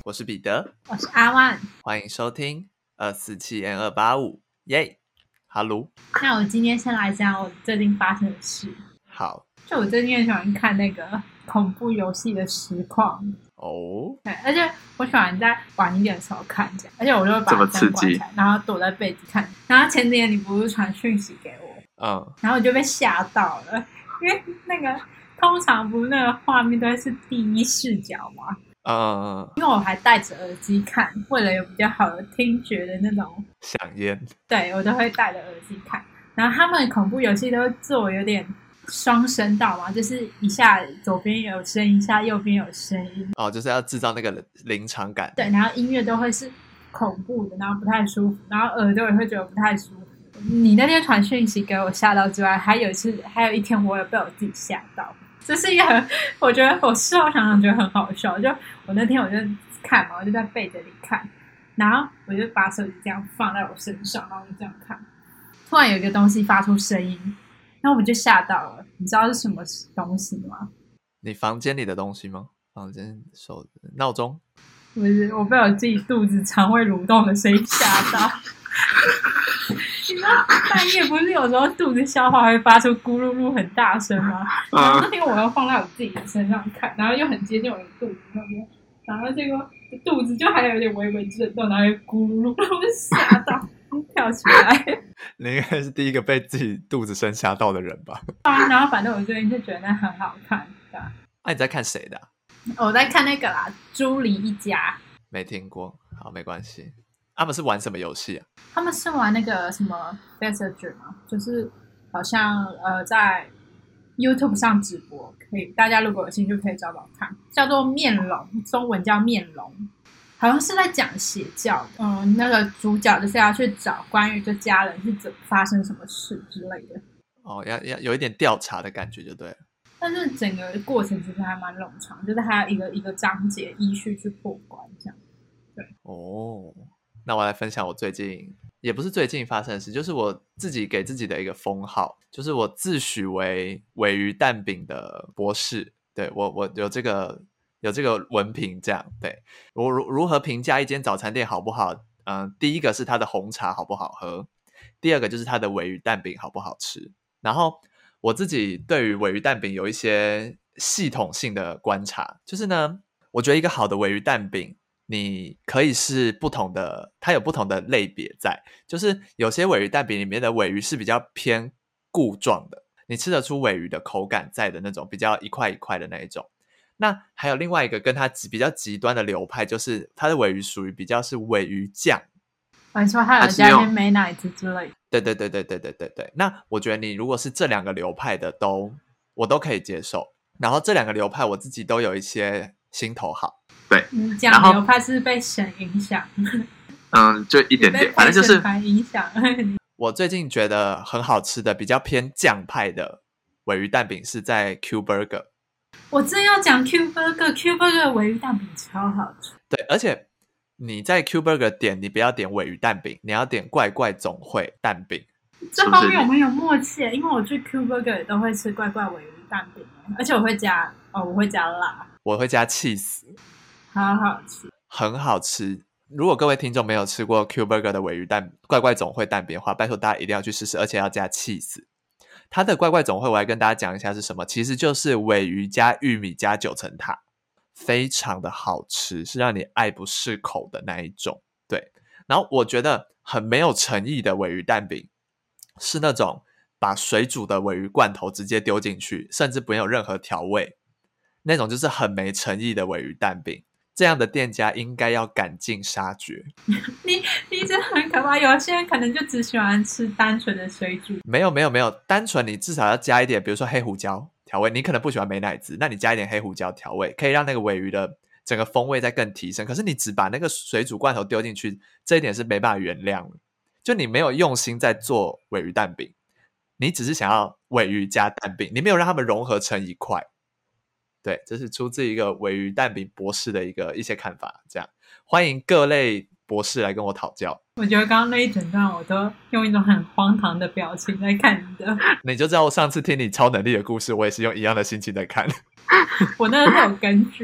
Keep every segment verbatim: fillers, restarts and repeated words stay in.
我是彼得， 我是阿万， 欢迎收听二四七 N 二八五，耶！哈喽。 那我今天先来讲我最近发生的事。 好， 就我最近很喜欢看那个恐怖游戏的实况哦， 对，而且我喜欢在晚一点的时候看这样，而且我就会把灯关起来，然后躲在被子看。然后前几天你不是传讯息给我， 嗯， 然后我就被吓到了，因为那个通常不是那个画面都会是第一视角吗？ 嗯， 因为我还戴着耳机看，为了有比较好的听觉的那种响烟， 对，我都会戴着耳机看。然后他们恐怖游戏都会做有点双声道嘛，就是一下左边有声音，一下右边有声音， 哦，就是要制造那个临场感。 对，然后音乐都会是恐怖的，然后不太舒服，然后耳朵也会觉得不太舒服。你那天传讯息给我吓到之外，还有一次，还有一天我有被我自己吓到。这是一个很，我觉得我事后想想觉得很好笑。就我那天我就看嘛，我就在被子里看，然后我就把手机这样放在我身上，然后就这样看。突然有一个东西发出声音，然后我们就吓到了。你知道是什么东西吗？ 你房间里的东西吗？房间手闹钟？ 不是，我被我自己肚子肠胃蠕动的声音吓到。你知道半夜不是有时候肚子消化会发出咕噜噜很大声吗？然后那天我又放在我自己的身上看，然后又很接近我的肚子那边，然后结果肚子就还有点微微震动，然后又咕噜噜，然后我就吓到跳起来。 你应该是第一个被自己肚子声吓到的人吧？ 啊，然后反正我最近就觉得那很好看。对啊， 啊，你在看谁的啊？ 我在看那个啦，朱莉一家。 没听过，好，没关系。他们是玩什么游戏啊？ 他们是玩那个什么 Messenger 吗？就是好像呃在 YouTube 上直播，可以大家如果有兴趣可以找找看，叫做面龙，中文叫面龙，好像是在讲邪教的。嗯，那个主角就是要去找关于这家人是怎么发生什么事之类的。 哦，要要有一点调查的感觉就对了。 但是整个过程其实还蛮冗长，就是还有一个一个章节依序去破关这样。对， 哦。那我来分享我最近，也不是最近发生的事，就是我自己给自己的一个封号，就是我自诩为鲔鱼蛋饼的博士。对，我我有这个有这个文凭，这样。对，我如如何评价一间早餐店好不好？嗯、呃，第一个是它的红茶好不好喝，第二个就是它的鲔鱼蛋饼好不好吃。然后我自己对于鲔鱼蛋饼有一些系统性的观察，就是呢，我觉得一个好的鲔鱼蛋饼，你可以是不同的，它有不同的类别在，就是有些鲔鱼蛋饼里面的鲔鱼是比较偏固状的，你吃得出鲔鱼的口感在的那种，比较一块一块的那一种。那还有另外一个跟它比较极端的流派，就是它的鲔鱼属于比较是鲔鱼酱。 你说还有加一些美乃滋之类的。 对对对对对对对对。那我觉得你如果是这两个流派的都我都可以接受，然后这两个流派我自己都有一些心头好。 对， 你讲流派是被神影响， 嗯，就一点点，反正就是影响。 我最近觉得很好吃的比较偏酱派的鲔鱼蛋饼是在 Q Burger。 我真要讲 Q Burger，Q Burger 的鲔鱼蛋饼超好吃。 对，而且你在 Q Burger 点，你不要点鲔鱼蛋饼，你要点怪怪总会蛋饼。 这方面我们有默契，因为我去 Q Burger 也都会吃怪怪鲔鱼蛋饼，而且我会加哦，我会加辣， 我会加起司， 好好吃， 很好吃。如果各位听众没有吃过 Q Burger 的鲔鱼蛋怪怪总会蛋饼的话，拜托大家一定要去试试，而且要加起司。它的怪怪总会我来跟大家讲一下是什么，其实就是鲔鱼加玉米加九层塔，非常的好吃，是让你爱不释口的那一种。对，然后我觉得很没有诚意的鲔鱼蛋饼是那种把水煮的鲔鱼罐头直接丢进去，甚至不用任何调味，那种就是很没诚意的鲔鱼蛋饼。这样的店家应该要赶尽杀绝。 你你真的很可怕，有些人可能就只喜欢吃单纯的水煮。 没有没有没有，单纯你至少要加一点，比如说黑胡椒调味，你可能不喜欢美乃滋，那你加一点黑胡椒调味，可以让那个鲔鱼的整个风味再更提升。可是你只把那个水煮罐头丢进去，这一点是没办法原谅的。就你没有用心在做鲔鱼蛋饼，你只是想要鲔鱼加蛋饼，你没有让它们融合成一块。对，这是出自一个鲔鱼蛋饼博士的一个一些看法。这样，欢迎各类博士来跟我讨教。 我觉得刚刚那一整段我都用一种很荒唐的表情在看你的， 你就知道我上次听你超能力的故事，我也是用一样的心情在看。 我那个是有根据的。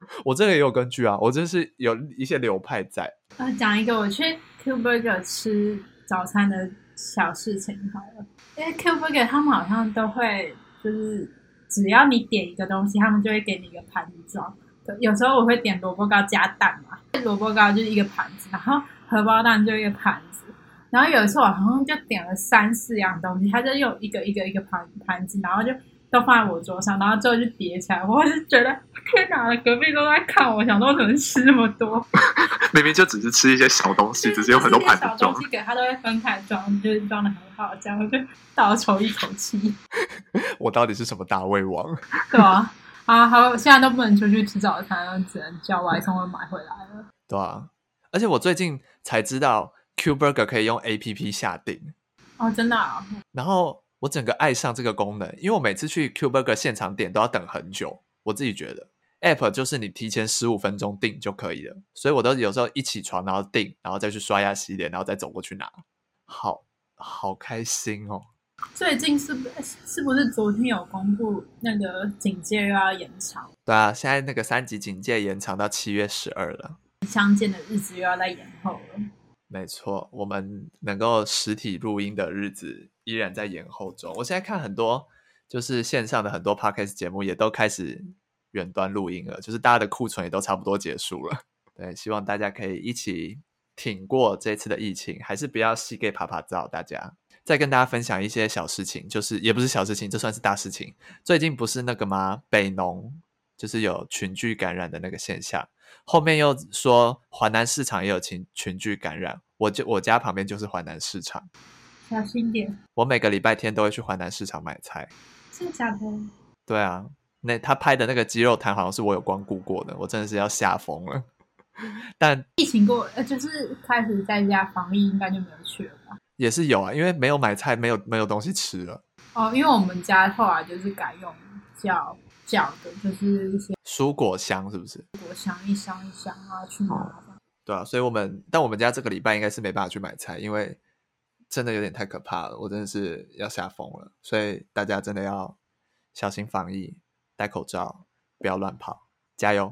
我这个也有根据啊，我这是有一些流派在。 呃，讲一个我去 Q Burger 吃早餐的小事情好了，因为 Q Burger 他们好像都会就是只要你点一个东西，他们就会给你一个盘子装。有时候我会点萝卜糕加蛋嘛，萝卜糕就是一个盘子，然后荷包蛋就一个盘子。然后有一次我好像就点了三四样东西，他就用一个一个一个盘盘子，然后就都放在我桌上，然后之后就叠起来。我就觉得天哪，隔壁都在看我，想说怎么吃那么多？ 明明就只是吃一些小东西，只是有很多盘子装。 小东西给他都会分开装，就是装的很好，这样我就倒抽一口气。 我到底是什么大胃王？ 对啊，啊，好，现在都不能出去吃早餐，只能叫外送或买回来了。 对啊，而且我最近才知道 Q Burger 可以用 A P P 下订。 哦，真的啊？ 然后我整个爱上这个功能，因为我每次去 Q Burger 现场点都要等很久，我自己觉得 App 就是你提前十五分钟订就可以了，所以我都有时候一起床然后订，然后再去刷牙洗脸，然后再走过去拿，好好开心哦。 最近是不是不是昨天有公布那个警戒又要延长？ 对啊，现在那个三级警戒延长到七月十二了， 相见的日子又要再延后了。 没错，我们能够实体录音的日子依然在延后中。我现在看很多就是线上的很多 podcast 节目也都开始远端录音了，就是大家的库存也都差不多结束了。对，希望大家可以一起挺过这次的疫情，还是不要细给爬爬照。大家再跟大家分享一些小事情，就是也不是小事情，这算是大事情。最近不是那个吗？北农就是有群聚感染的那个现象，后面又说环南市场也有群群聚感染，我就我家旁边就是环南市场， 小心点。 我每个礼拜天都会去环南市场买菜。 真的假的？ 对啊，那他拍的那个鸡肉摊好像是我有光顾过的，我真的是要吓疯了。但疫情过，呃，就是开始在家防疫，应该就没有去了吧？ 也是有啊，因为没有买菜，没有没有东西吃了。 哦，因为我们家后来就是改用叫叫的，就是一些蔬果箱是不是？ 果箱一箱一箱啊去拿。 对啊，所以我们但我们家这个礼拜应该是没办法去买菜，因为真的有点太可怕了，我真的是要吓疯了。所以大家真的要小心防疫，戴口罩，不要乱跑，加油！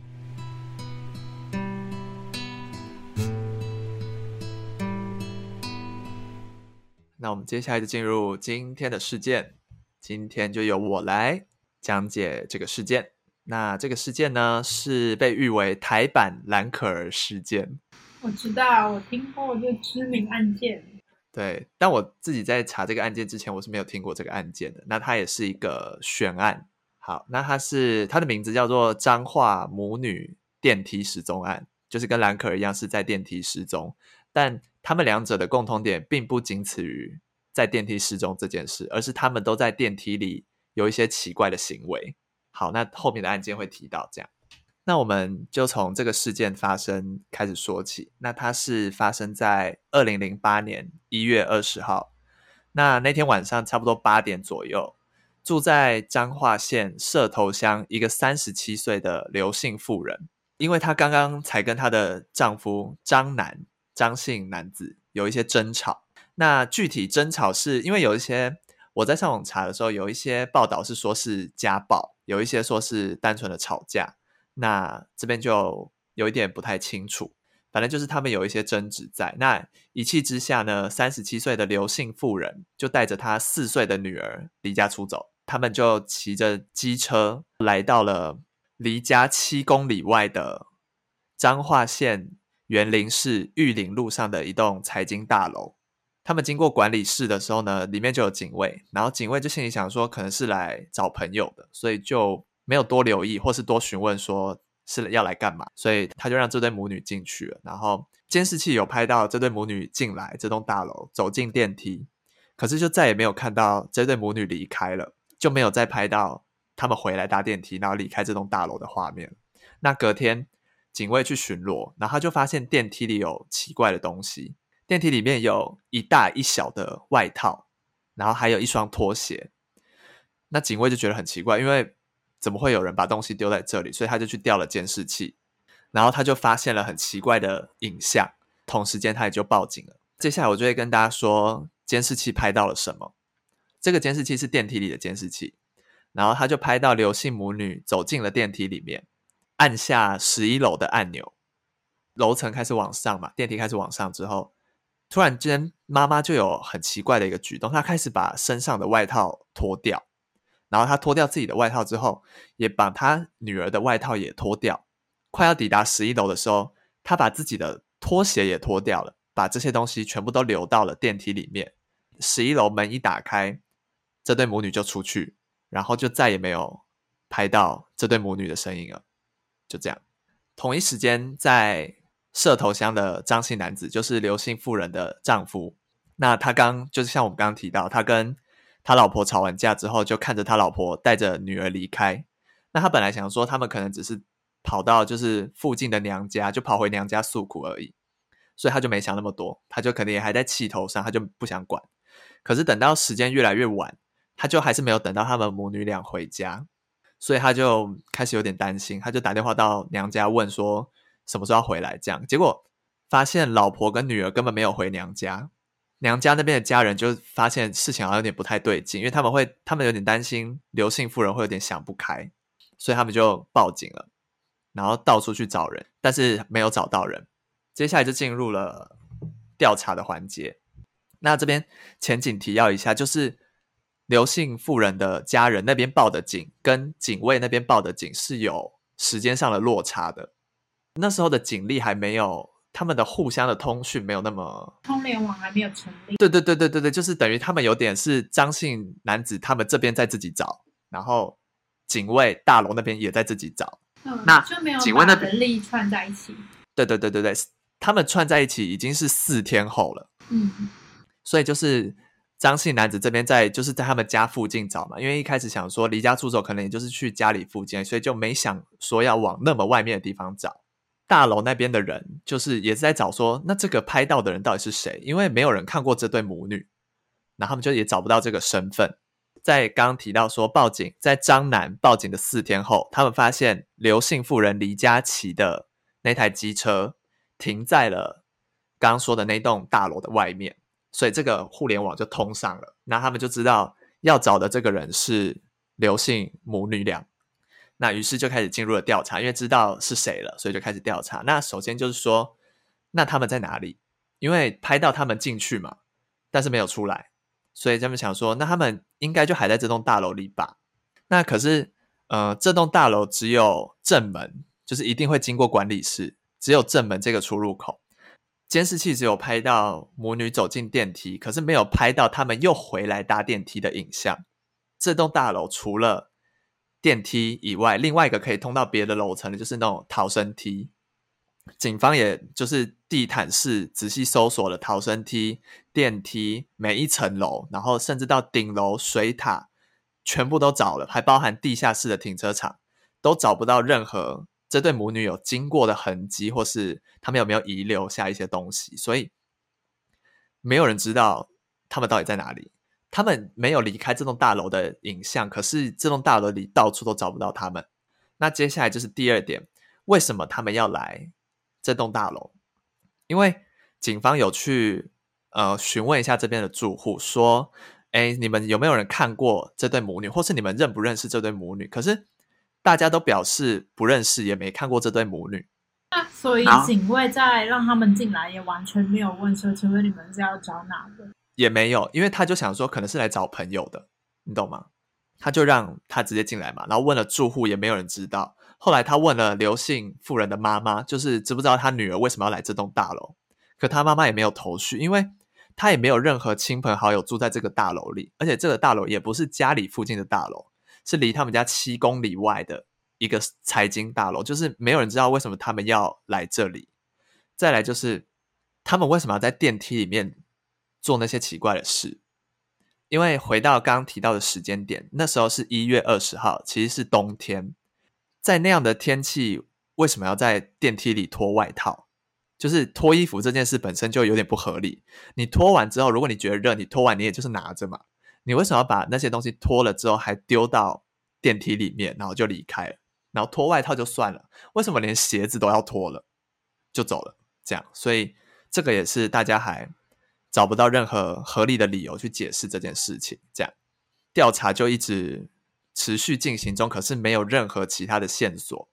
那我们接下来就进入今天的事件，今天就由我来讲解这个事件。那这个事件呢，是被誉为台版蓝可儿事件。 我知道，我听过这知名案件。 对，但我自己在查这个案件之前，我是没有听过这个案件的。那它也是一个悬案。好，那它是它的名字叫做彰化母女电梯失踪案，就是跟蓝可儿一样是在电梯失踪，但他们两者的共同点并不仅此于在电梯失踪这件事，而是他们都在电梯里有一些奇怪的行为。好，那后面的案件会提到这样。那我们就从这个事件发生开始说起。那它是发生在二零零八年一月二十号。那那天晚上差不多八点左右，住在彰化县社头乡一个三十七岁的刘姓妇人，因为她刚刚才跟她的丈夫张男张姓男子有一些争吵。那具体争吵是因为有一些我在上网查的时候，有一些报道是说是家暴，有一些说是单纯的吵架，那这边就有一点不太清楚，反正就是他们有一些争执在。那一气之下呢，三十七岁的刘姓妇人就带着她四岁的女儿离家出走，他们就骑着机车来到了离家七公里外的彰化县员林市玉林路上的一栋财经大楼。他们经过管理室的时候呢，里面就有警卫，然后警卫就心里想说可能是来找朋友的，所以就没有多留意或是多询问说是要来干嘛，所以他就让这对母女进去了。然后监视器有拍到这对母女进来这栋大楼，走进电梯，可是就再也没有看到这对母女离开了，就没有再拍到他们回来搭电梯然后离开这栋大楼的画面。那隔天警卫去巡逻，然后他就发现电梯里有奇怪的东西，电梯里面有一大一小的外套，然后还有一双拖鞋。那警卫就觉得很奇怪，因为怎么会有人把东西丢在这里，所以他就去调了监视器，然后他就发现了很奇怪的影像，同时间他也就报警了。接下来我就会跟大家说监视器拍到了什么。这个监视器是电梯里的监视器，然后他就拍到刘姓母女走进了电梯里面， 按下十一楼的按钮，楼层开始往上嘛，电梯开始往上之后，突然间妈妈就有很奇怪的一个举动，她开始把身上的外套脱掉，然后她脱掉自己的外套之后，也把她女儿的外套也脱掉。快要抵达十一楼的时候，她把自己的拖鞋也脱掉了，把这些东西全部都留到了电梯里面。十一楼门一打开，这对母女就出去，然后就再也没有拍到这对母女的身影了。就这样，同一时间在社头乡的张姓男子，就是刘姓妇人的丈夫，那他刚就是像我们刚刚提到，他跟他老婆吵完架之后，就看着他老婆带着女儿离开。那他本来想说他们可能只是跑到就是附近的娘家，就跑回娘家诉苦而已，所以他就没想那么多，他就可能也还在气头上，他就不想管。可是等到时间越来越晚，他就还是没有等到他们母女俩回家，所以他就开始有点担心，他就打电话到娘家问说什么时候要回来这样。结果发现老婆跟女儿根本没有回娘家，娘家那边的家人就发现事情好像有点不太对劲，因为他们会他们有点担心刘姓妇人会有点想不开，所以他们就报警了，然后到处去找人，但是没有找到人。接下来就进入了调查的环节。那这边前景提要一下，就是刘姓妇人的家人那边报的警跟警卫那边报的警是有时间上的落差的，那时候的警力还没有，他们的互相的通讯没有那么， 通联网还没有成立。 对对对对对对，就是等于他们有点是张姓男子他们这边在自己找，然后警卫大楼那边也在自己找， 嗯， 那就没有警卫那边把人力串在一起。 对对对对对，他们串在一起已经是四天后了。 嗯， 所以就是张姓男子这边在就是在他们家附近找嘛，因为一开始想说离家出走可能也就是去家里附近，所以就没想说要往那么外面的地方找。大楼那边的人就是也是在找说，那这个拍到的人到底是谁？因为没有人看过这对母女，然后他们就也找不到这个身份。在刚刚提到说报警，在张南报警的四天后，他们发现刘姓妇人离家骑的那台机车停在了刚刚说的那栋大楼的外面，所以这个互联网就通上了。那他们就知道要找的这个人是刘姓母女俩，那于是就开始进入了调查，因为知道是谁了，所以就开始调查。那首先就是说，那他们在哪里？因为拍到他们进去嘛，但是没有出来，所以他们想说，那他们应该就还在这栋大楼里吧？那可是，呃，这栋大楼只有正门，就是一定会经过管理室，只有正门这个出入口。监视器只有拍到母女走进电梯，可是没有拍到他们又回来搭电梯的影像。这栋大楼除了电梯以外，另外一个可以通到别的楼层的就是那种逃生梯。警方也就是地毯式仔细搜索了逃生梯、电梯每一层楼，然后甚至到顶楼、水塔全部都找了，还包含地下室的停车场，都找不到任何这对母女有经过的痕迹，或是他们有没有遗留下一些东西，所以没有人知道他们到底在哪里。他们没有离开这栋大楼的影像，可是这栋大楼里到处都找不到他们。那接下来就是第二点，为什么他们要来这栋大楼？因为警方有去呃询问一下这边的住户，说诶你们有没有人看过这对母女，或是你们认不认识这对母女？可是大家都表示不认识，也没看过这对母女。 那所以警卫在让他们进来也完全没有问说请问你们是要找哪个？ 也没有，因为他就想说可能是来找朋友的，你懂吗？他就让他直接进来嘛，然后问了住户也没有人知道。后来他问了刘姓妇人的妈妈，就是知不知道他女儿为什么要来这栋大楼，可他妈妈也没有头绪，因为他也没有任何亲朋好友住在这个大楼里，而且这个大楼也不是家里附近的大楼，是离他们家七公里外的一个财经大楼，就是没有人知道为什么他们要来这里。再来就是他们为什么要在电梯里面做那些奇怪的事，因为回到刚刚提到的时间点，那时候是一月二十号，其实是冬天，在那样的天气为什么要在电梯里脱外套？就是脱衣服这件事本身就有点不合理，你脱完之后如果你觉得热，你脱完你也就是拿着嘛，你为什么要把那些东西脱了之后还丢到电梯里面，然后就离开了？然后脱外套就算了，为什么连鞋子都要脱了就走了？这样，所以这个也是大家还找不到任何合理的理由去解释这件事情。这样调查就一直持续进行中，可是没有任何其他的线索，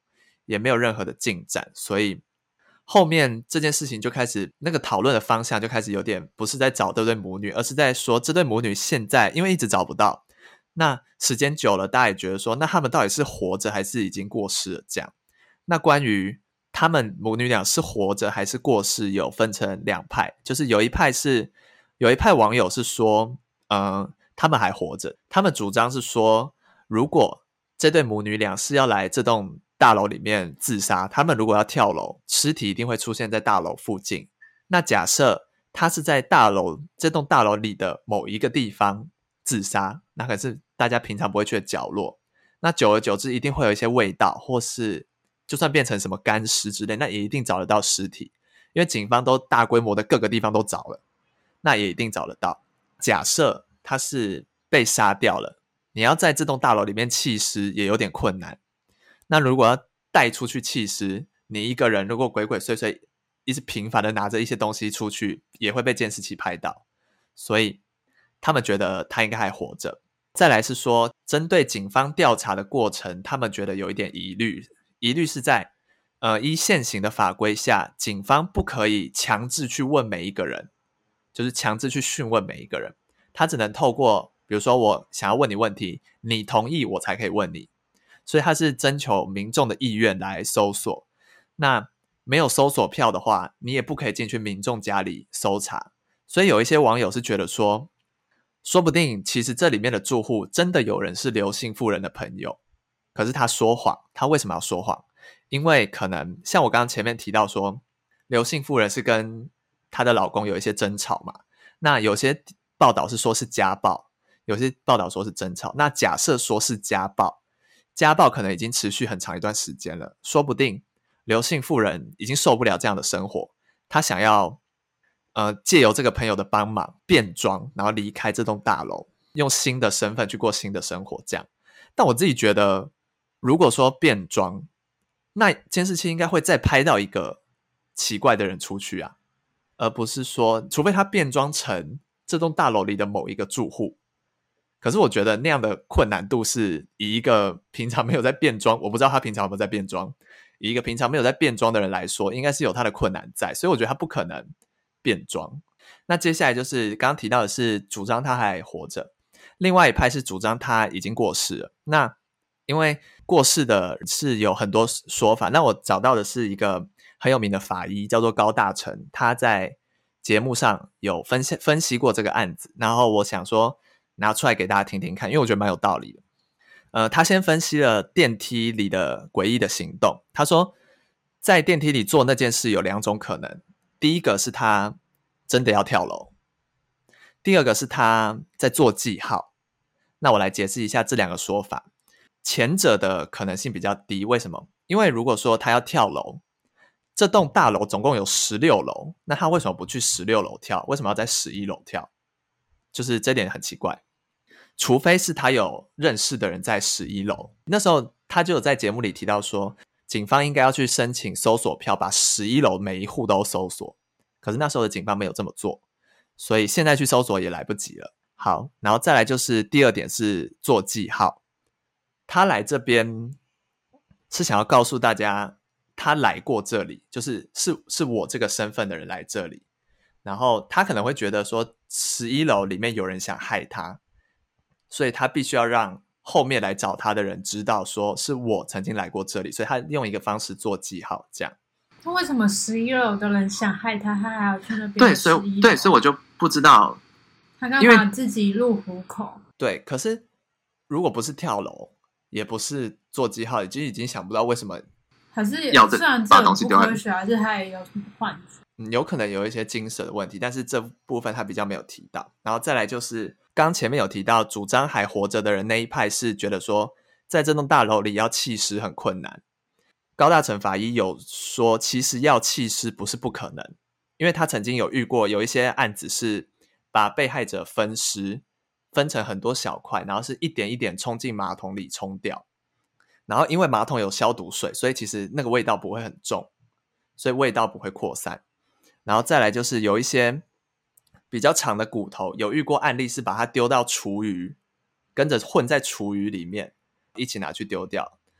也没有任何的进展，所以后面这件事情就开始那个讨论的方向就开始有点不是在找这对母女，而是在说这对母女现在因为一直找不到，那时间久了大家也觉得说那他们到底是活着还是已经过世了这样。那关于他们母女俩是活着还是过世有分成两派，就是有一派是有一派网友是说嗯，他们还活着，他们主张是说如果这对母女俩是要来这栋大楼里面自杀，他们如果要跳楼，尸体一定会出现在大楼附近。那假设他是在大楼这栋大楼里的某一个地方自杀，那可是大家平常不会去的角落，那久而久之一定会有一些味道，或是就算变成什么干尸之类，那也一定找得到尸体，因为警方都大规模的各个地方都找了，那也一定找得到。假设他是被杀掉了，你要在这栋大楼里面弃尸也有点困难，那如果要带出去弃尸，你一个人如果鬼鬼祟祟一直频繁的拿着一些东西出去，也会被监视器拍到，所以他们觉得他应该还活着。再来是说针对警方调查的过程，他们觉得有一点疑虑，疑虑是在呃，依现行的法规下，警方不可以强制去问每一个人，就是强制去讯问每一个人，他只能透过比如说我想要问你问题，你同意我才可以问你，所以他是征求民众的意愿来搜索。那没有搜索票的话，你也不可以进去民众家里搜查，所以有一些网友是觉得说说不定其实这里面的住户真的有人是刘姓妇人的朋友，可是他说谎。他为什么要说谎？因为可能像我刚刚前面提到说刘姓妇人是跟她的老公有一些争吵嘛，那有些报道是说是家暴，有些报道说是争吵，那假设说是家暴，家暴可能已经持续很长一段时间了，说不定刘姓妇人已经受不了这样的生活，她想要呃借由这个朋友的帮忙变装，然后离开这栋大楼，用新的身份去过新的生活这样。但我自己觉得如果说变装，那监视器应该会再拍到一个奇怪的人出去啊，而不是说除非他变装成这栋大楼里的某一个住户。可是我觉得那样的困难度是以一个平常没有在变装，我不知道他平常有没有在变装，以一个平常没有在变装的人来说，应该是有他的困难在，所以我觉得他不可能变装。那接下来就是刚刚提到的是主张他还活着，另外一派是主张他已经过世了。那因为过世的是有很多说法，那我找到的是一个很有名的法医叫做高大成，他在节目上有分析分析过这个案子，然后我想说拿出来给大家听听看，因为我觉得蛮有道理的。呃，他先分析了电梯里的诡异的行动，他说在电梯里做那件事有两种可能，第一个是他真的要跳楼，第二个是他在做记号。那我来解释一下这两个说法。前者的可能性比较低，为什么？因为如果说他要跳楼，这栋大楼总共有十六楼，那他为什么不去十六楼跳？为什么要在十一楼跳？就是这点很奇怪。除非是他有认识的人在十一楼，那时候他就有在节目里提到说警方应该要去申请搜索票，把十一楼每一户都搜索，可是那时候的警方没有这么做，所以现在去搜索也来不及了。好，然后再来就是第二点是做记号，他来这边是想要告诉大家他来过这里，就是是是我这个身份的人来这里，然后他可能会觉得说十一楼里面有人想害他，所以他必须要让后面来找他的人知道说是我曾经来过这里，所以他用一个方式做记号这样。 那为什么十一楼的人想害他，他还要去那边？ 对，所以对，所以我就不知道他干嘛自己入虎口。 对，可是如果不是跳楼也不是做记号，就已经想不到为什么。 可是要虽然把这东西丢在不科学，还是他也有什么幻觉？ 嗯，有可能有一些精神的问题，但是这部分他比较没有提到。然后再来就是刚前面有提到主张还活着的人那一派是觉得说在这栋大楼里要弃尸很困难。高大成法医有说其实要弃尸不是不可能，因为他曾经有遇过有一些案子是把被害者分尸分成很多小块，然后是一点一点冲进马桶里冲掉，然后因为马桶有消毒水，所以其实那个味道不会很重，所以味道不会扩散。然后再来就是有一些比较长的骨头，有遇过案例是把它丢到厨余，跟着混在厨余里面一起拿去丢掉。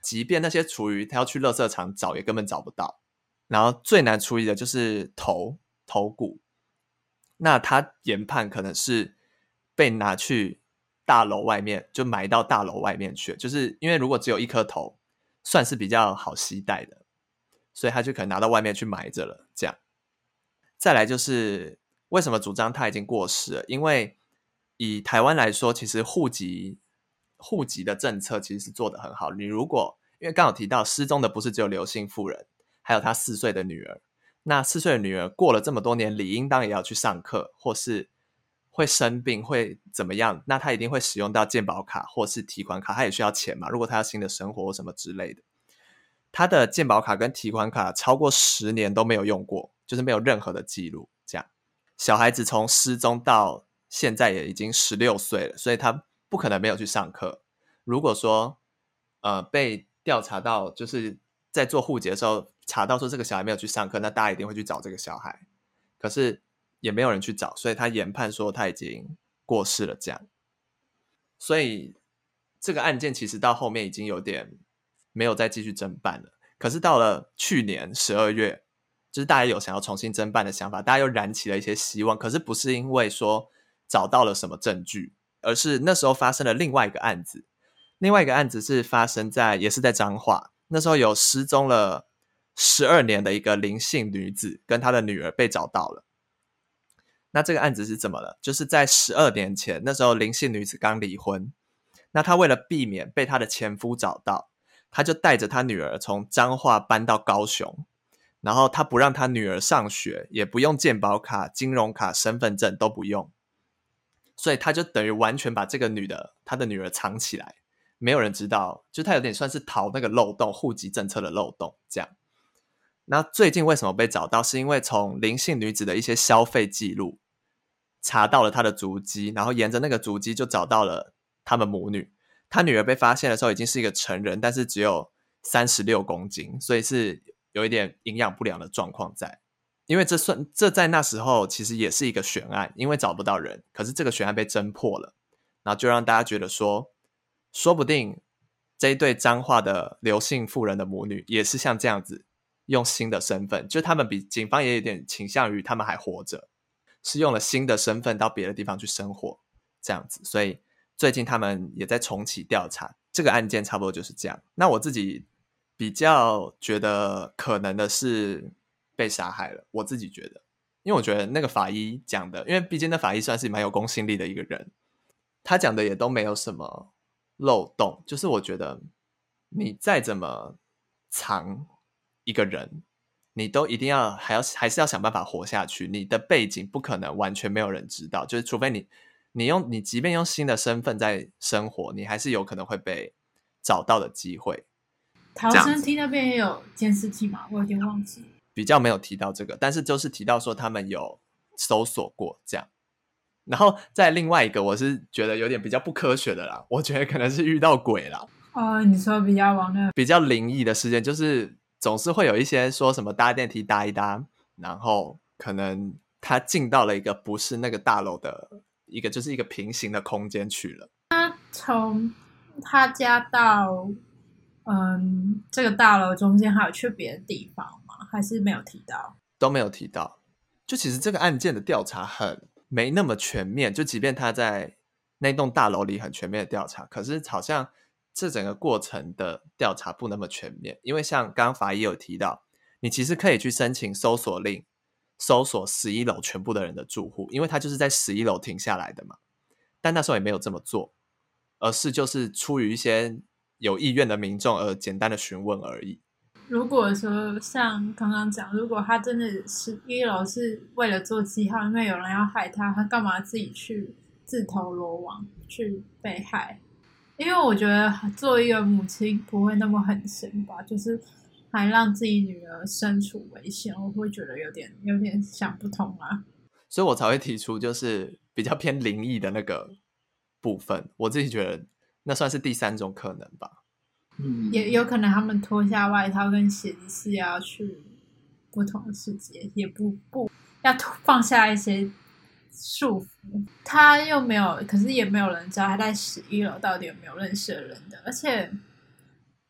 即便那些厨余他要去垃圾场找也根本找不到。然后最难处理的就是头头骨，那他研判可能是被拿去大楼外面，就埋到大楼外面去，就是因为如果只有一颗头算是比较好携带的，所以他就可能拿到外面去埋着了这样。再来就是为什么主张他已经过世了，因为以台湾来说，其实户籍户籍的政策其实是做得很好。你如果因为刚好提到失踪的不是只有刘姓妇人，还有他四岁的女儿，那四岁的女儿过了这么多年，理应当也要去上课，或是会生病会怎么样，那他一定会使用到健保卡或是提款卡，他也需要钱嘛，如果他要新的生活或什么之类的。他的健保卡跟提款卡超过十年都没有用过，就是没有任何的记录这样。小孩子从失踪到现在也已经十六岁了，所以他不可能没有去上课。如果说呃被调查到就是在做户籍的时候查到说这个小孩没有去上课，那大家一定会去找这个小孩，可是也没有人去找，所以他研判说他已经过世了这样。所以这个案件其实到后面已经有点没有再继续侦办了。可是到了去年十二月，就是大家有想要重新侦办的想法，大家又燃起了一些希望，可是不是因为说找到了什么证据，而是那时候发生了另外一个案子。另外一个案子是发生在也是在彰化，那时候有失踪了十二年的一个林姓女子跟她的女儿被找到了。那这个案子是怎么了？就是在十二年前，那时候林姓女子刚离婚，那她为了避免被她的前夫找到，她就带着她女儿从彰化搬到高雄，然后她不让她女儿上学，也不用健保卡、金融卡、身份证都不用，所以她就等于完全把这个女的她的女儿藏起来，没有人知道，就她有点算是逃那个漏洞，户籍政策的漏洞这样。那最近为什么被找到，是因为从林姓女子的一些消费记录查到了她的足迹，然后沿着那个足迹就找到了他们母女。她女儿被发现的时候已经是一个成人，但是只有三十六公斤，所以是有一点营养不良的状况在。因为这算这在那时候其实也是一个悬案，因为找不到人，可是这个悬案被侦破了，然后就让大家觉得说，说不定这一对彰化的刘姓妇人的母女也是像这样子用新的身份，就他们比警方也有点倾向于他们还活着，是用了新的身份到别的地方去生活这样子，所以最近他们也在重启调查这个案件，差不多就是这样。那我自己比较觉得可能的是被杀害了，我自己觉得，因为我觉得那个法医讲的，因为毕竟那法医算是蛮有公信力的一个人，他讲的也都没有什么漏洞，就是我觉得你再怎么藏一个人，你都一定要还要还是要想办法活下去，你的背景不可能完全没有人知道，就是除非你你用你即便用新的身份在生活，你还是有可能会被找到的机会。 逃生梯那边也有监视器吗？我有点忘记， 比较没有提到这个，但是就是提到说他们有搜索过这样。然后再另外一个我是觉得有点比较不科学的啦，我觉得可能是遇到鬼啦。 哦，你说比较往那比较灵异的事件，就是总是会有一些说什么搭电梯搭一搭，然后可能他进到了一个不是那个大楼的一个就是一个平行的空间去了。 他从他家到嗯这个大楼中间还有去别的地方吗？还是没有提到？ 都没有提到。就其实这个案件的调查很没那么全面，就即便他在那栋大楼里很全面的调查，可是好像这整个过程的调查不那么全面。因为像刚刚法医有提到，你其实可以去申请搜索令，搜索十一楼全部的人的住户，因为他就是在十一楼停下来的嘛。但那时候也没有这么做，而是就是出于一些有意愿的民众而简单的询问而已。 如果说像刚刚讲，如果他真的是一楼是为了做记号，因为有人要害他，他干嘛自己去自投罗网去被害？因为我觉得作为一个母亲不会那么狠心吧，就是还让自己女儿身处危险，我会觉得有点有点想不通啊。 所以我才会提出就是比较偏灵异的那个部分，我自己觉得那算是第三种可能吧。 嗯，也有可能他们脱下外套跟鞋子是要去不同的世界，也不不要放下一些束缚。他又没有，可是也没有人知道他在十一楼到底有没有认识的人的，而且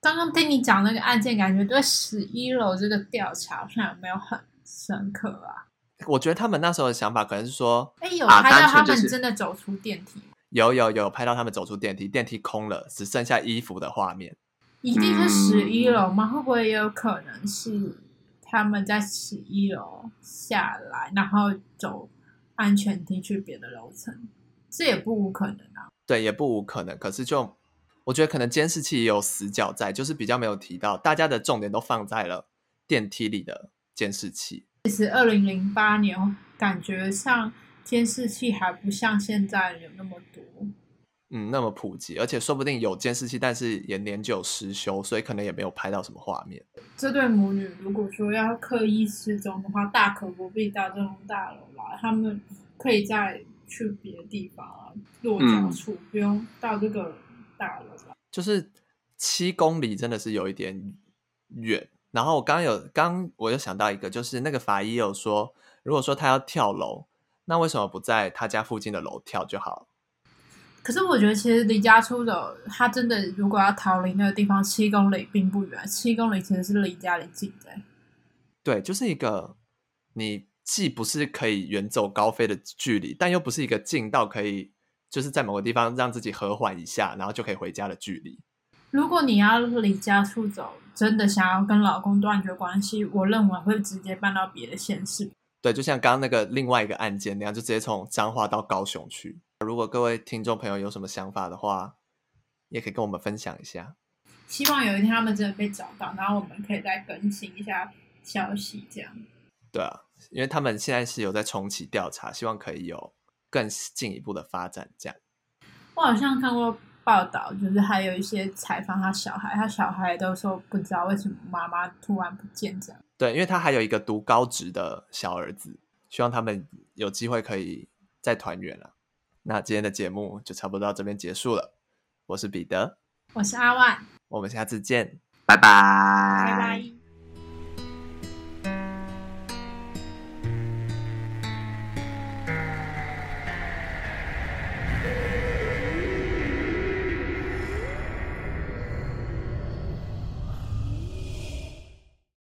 刚刚听你讲那个案件，感觉对十一楼这个调查好像有没有很深刻啊？ 我觉得他们那时候的想法可能是说， 哎，有啊拍到他单纯就是们真的走出电梯吗？ 有有有拍到他们走出电梯，电梯空了，只剩下衣服的画面。 一定是十一楼吗？会不会也有可能是他们在十一楼下来，然后走安全梯去别的楼层？这也不无可能啊。 对，也不无可能。可是就我觉得可能监视器也有死角在，就是比较没有提到，大家的重点都放在了电梯里的监视器。 其实二零零八年感觉上监视器还不像现在有那么多。 嗯，那么普及，而且说不定有监视器，但是也年久失修，所以可能也没有拍到什么画面。 这对母女如果说要刻意失踪的话，大可不必到这栋大楼来，他们可以再去别的地方啊，落脚处、嗯、不用到这个大楼来。 就是七公里真的是有一点远。然后我刚刚有刚我又想到一个，就是那个法医有说，如果说他要跳楼，那为什么不在他家附近的楼跳就好？ 可是我觉得其实离家出走，他真的如果要逃离那个地方，七公里并不远，七公里其实是离家里近的。 对，就是一个你既不是可以远走高飞的距离，但又不是一个近到可以就是在某个地方让自己和缓一下，然后就可以回家的距离。 如果你要离家出走，真的想要跟老公断绝关系，我认为会直接搬到别的县市。 对，就像刚刚那个另外一个案件那样，就直接从彰化到高雄去。如果各位听众朋友有什么想法的话，也可以跟我们分享一下。 希望有一天他们真的被找到，然后我们可以再更新一下消息这样。 对啊，因为他们现在是有在重启调查，希望可以有更进一步的发展这样。 我好像看过报道，就是还有一些采访他小孩，他小孩都说不知道为什么妈妈突然不见这样。 对，因为他还有一个读高职的小儿子，希望他们有机会可以再团圆了。那今天的节目就差不多到这边结束了。我是彼得， 我是阿万， 我们下次见， 拜拜， 拜拜。